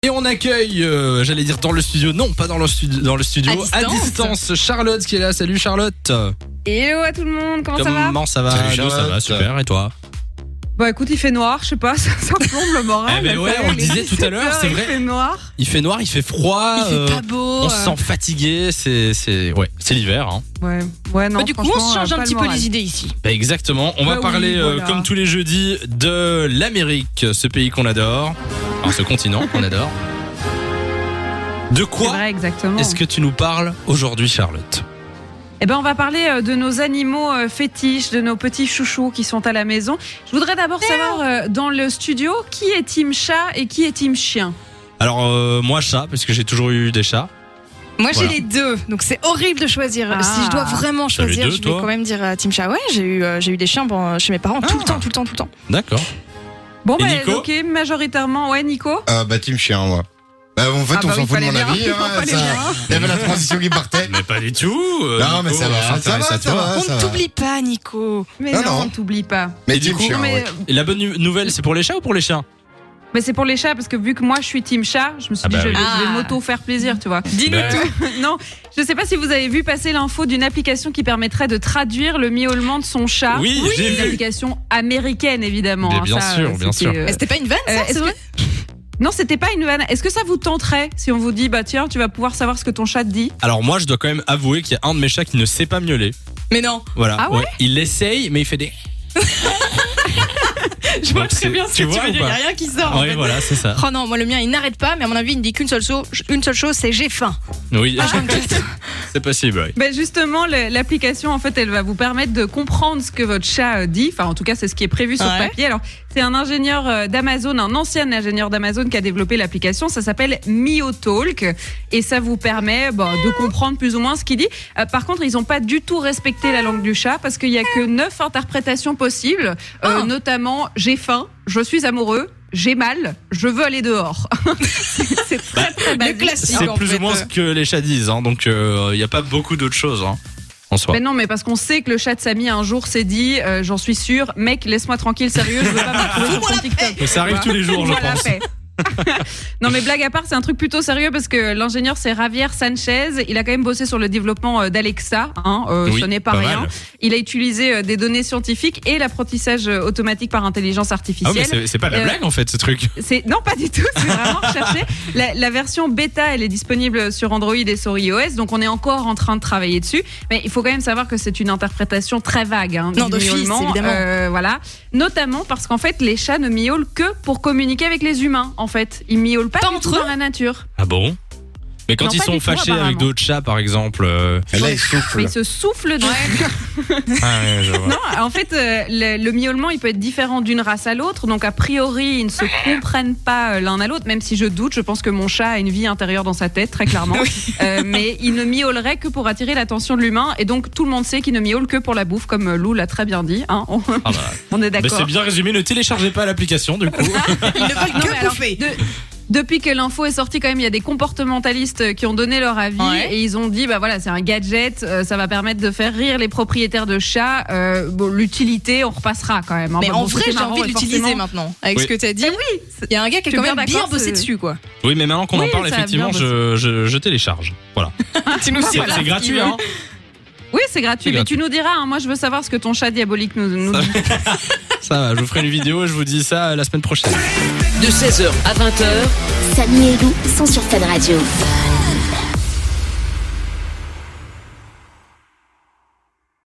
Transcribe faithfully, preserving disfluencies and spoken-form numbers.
Et on accueille, euh, j'allais dire dans le studio, non pas dans le studio, dans le studio, à distance. à distance, Charlotte qui est là. Salut Charlotte. Hello à tout le monde, comment, ça va? Comment ça va? Salut, Nous, ça va, super. Et toi? Bah écoute, il fait noir, je sais pas, ça, ça plombe le moral. Eh ben ouais, on le disait tout à l'heure, c'est vrai. Il fait noir. Il fait noir, il fait froid. Il fait euh, pas beau. On se sent fatigué, c'est, c'est, ouais, c'est l'hiver. Hein. Ouais, ouais, non. Bah, du coup, on se change un petit peu les idées ici. Bah exactement. On va Bah parler, oui, euh, voilà. comme tous les jeudis, de l'Amérique, ce pays qu'on adore, enfin ce continent qu'on adore. De C'est quoi vrai, exactement. est-ce que tu nous parles aujourd'hui, Charlotte? Eh ben, on va parler euh, de nos animaux euh, fétiches, de nos petits chouchous qui sont à la maison. Je voudrais d'abord savoir, euh, dans le studio, qui est team chat et qui est team chien? Alors euh, moi chat, parce que j'ai toujours eu des chats. Moi, Voilà. j'ai les deux, donc c'est horrible de choisir. Ah. Si je dois vraiment T'as les choisir, deux, je vais toi quand même dire euh, Team Chat. Ouais, j'ai eu, euh, j'ai eu des chiens bon, chez mes parents tout le Ah. temps, tout le temps, tout le temps. D'accord. Bon, Et bah, Nico ok, majoritairement. Ouais, Nico? Euh, bah team chien moi. Bah en fait Ah on bah s'en oui, fout de fallait mon bien. avis. hein, Fallait ça- bien. Il y avait la transition qui partait. Mais pas du tout. euh, Non, mais Nico, ça va, on ça s'intéresse va, à ça toi. va. On ne t'oublie pas, Nico. Mais Non, non, non. on t'oublie pas. Mais Et du team coup, chien mais, ouais. Et la bonne nu- nouvelle, c'est pour les chats ou pour les chiens? Mais c'est pour les chats, parce que vu que moi je suis team chat, je me suis Ah dit bah je, oui. vais- je vais Ah. m'auto faire plaisir, tu vois. Dis-nous Bah, tout. Non, je sais pas si vous avez vu passer l'info d'une application qui permettrait de traduire le miaulement de son chat. Oui, j'ai Une vu. application américaine évidemment. Mais hein, bien ça, sûr, euh, bien c'était, sûr. euh, Mais c'était pas une vanne, ça, euh, c'est est-ce vrai que- Non, c'était pas une vanne. Est-ce que ça vous tenterait si on vous dit bah tiens, tu vas pouvoir savoir ce que ton chat te dit? Alors moi, je dois quand même avouer qu'il y a un de mes chats qui ne sait pas miauler. Mais non. Voilà. Ah ouais Il l'essaye, mais il fait des. Je vois Donc, très c'est- bien ce tu que tu vois veux ou dire. Il pas n'y a rien qui sort. en Oui, fait. voilà, c'est ça. Oh non, moi le mien il n'arrête pas, mais à mon avis il ne dit qu'une seule chose, une seule chose, c'est j'ai faim. Oui, Ah, c'est possible. Oui. Ben justement, le- l'application, en fait, elle va vous permettre de comprendre ce que votre chat euh, dit. Enfin, en tout cas, c'est ce qui est prévu sur Ouais. papier. Alors, c'est un ingénieur euh, d'Amazon, un ancien ingénieur d'Amazon qui a développé l'application. Ça s'appelle MioTalk. Et ça vous permet bon, de comprendre plus ou moins ce qu'il dit. Euh, par contre, ils n'ont pas du tout respecté la langue du chat parce qu'il n'y a que neuf interprétations possibles. Euh, Oh. Notamment, j'ai faim, je suis amoureux, j'ai mal, je veux aller dehors. c'est c'est très, très Le basique. classique. C'est en plus fait. ou moins ce que les chats disent, hein, donc il n'y a pas beaucoup d'autres choses hein, en soi. Ben non, mais parce qu'on sait que le chat de Samy un jour s'est dit, euh, j'en suis sûr, mec, laisse-moi tranquille, sérieux, je veux pas me retrouver sur ton TikTok. Mais ça arrive tous les jours, je Fous-moi la pense. paix. Non mais blague à part, c'est un truc plutôt sérieux parce que l'ingénieur c'est Javier Sanchez. Il a quand même bossé sur le développement euh, d'Alexa. Hein, euh, Oui, ce n'est pas, pas rien. mal. Il a utilisé euh, des données scientifiques et l'apprentissage euh, automatique par intelligence Ah, artificielle. mais c'est, c'est pas de la Euh, blague en fait ce truc. C'est non pas du tout, c'est vraiment recherché. La, la version bêta, elle est disponible sur Android et sur iOS, donc on est encore en train de travailler dessus. Mais il faut quand même savoir que c'est une interprétation très vague hein, Non, du d'office, miaulement. évidemment. Euh, voilà, notamment parce qu'en fait les chats ne miaulent que pour communiquer avec les humains. En fait, ils miaulent pas, Pas du entre tout eux dans la nature. Ah bon? Mais quand Non, ils pas sont du tout, fâchés avec apparemment. d'autres chats par exemple. euh, Et là il Mais souffle. ils se soufflent dessus. Ah ouais, je vois. Non, en fait, euh, le, le miaulement, il peut être différent d'une race à l'autre. Donc, a priori, ils ne se comprennent pas euh, l'un à l'autre. Même si je doute, je pense que mon chat a une vie intérieure dans sa tête, très clairement. Euh, mais il ne miaulerait que pour attirer l'attention de l'humain. Et donc, tout le monde sait qu'il ne miaule que pour la bouffe, comme euh, Lou l'a très bien dit. Hein. On, Ah bah. on est Bah, d'accord. c'est bien résumé, ne téléchargez pas l'application du coup. Ils ne veulent Non, que mais alors, bouffer. de- Depuis que l'info est sortie, quand même, il y a des comportementalistes qui ont donné leur avis Ouais. et ils ont dit, bah voilà, c'est un gadget, euh, ça va permettre de faire rire les propriétaires de chats. Euh, bon, l'utilité, on repassera quand même. hein. Mais Bah, en bon, vrai, c'était j'ai marrant, envie de et l'utiliser forcément- maintenant. Avec Oui. ce que tu as dit, Eh oui, il y a un gars qui a Je quand suis même bien bien d'accord, bossé c'est- dessus, quoi. Oui, mais maintenant qu'on Oui, en parle, ça a effectivement, bien je, je, je télécharge. Voilà. Tu nous C'est, voilà c'est ce gratuit, qu'il veut. hein. oui, c'est gratuit. C'est Mais gratuit. tu nous diras. hein, moi, je veux savoir ce que ton chat diabolique nous, nous dit. Ça va, je vous ferai une vidéo et je vous dis ça la semaine prochaine. De seize heures à vingt heures, Samy et Lou sont sur Fun Radio.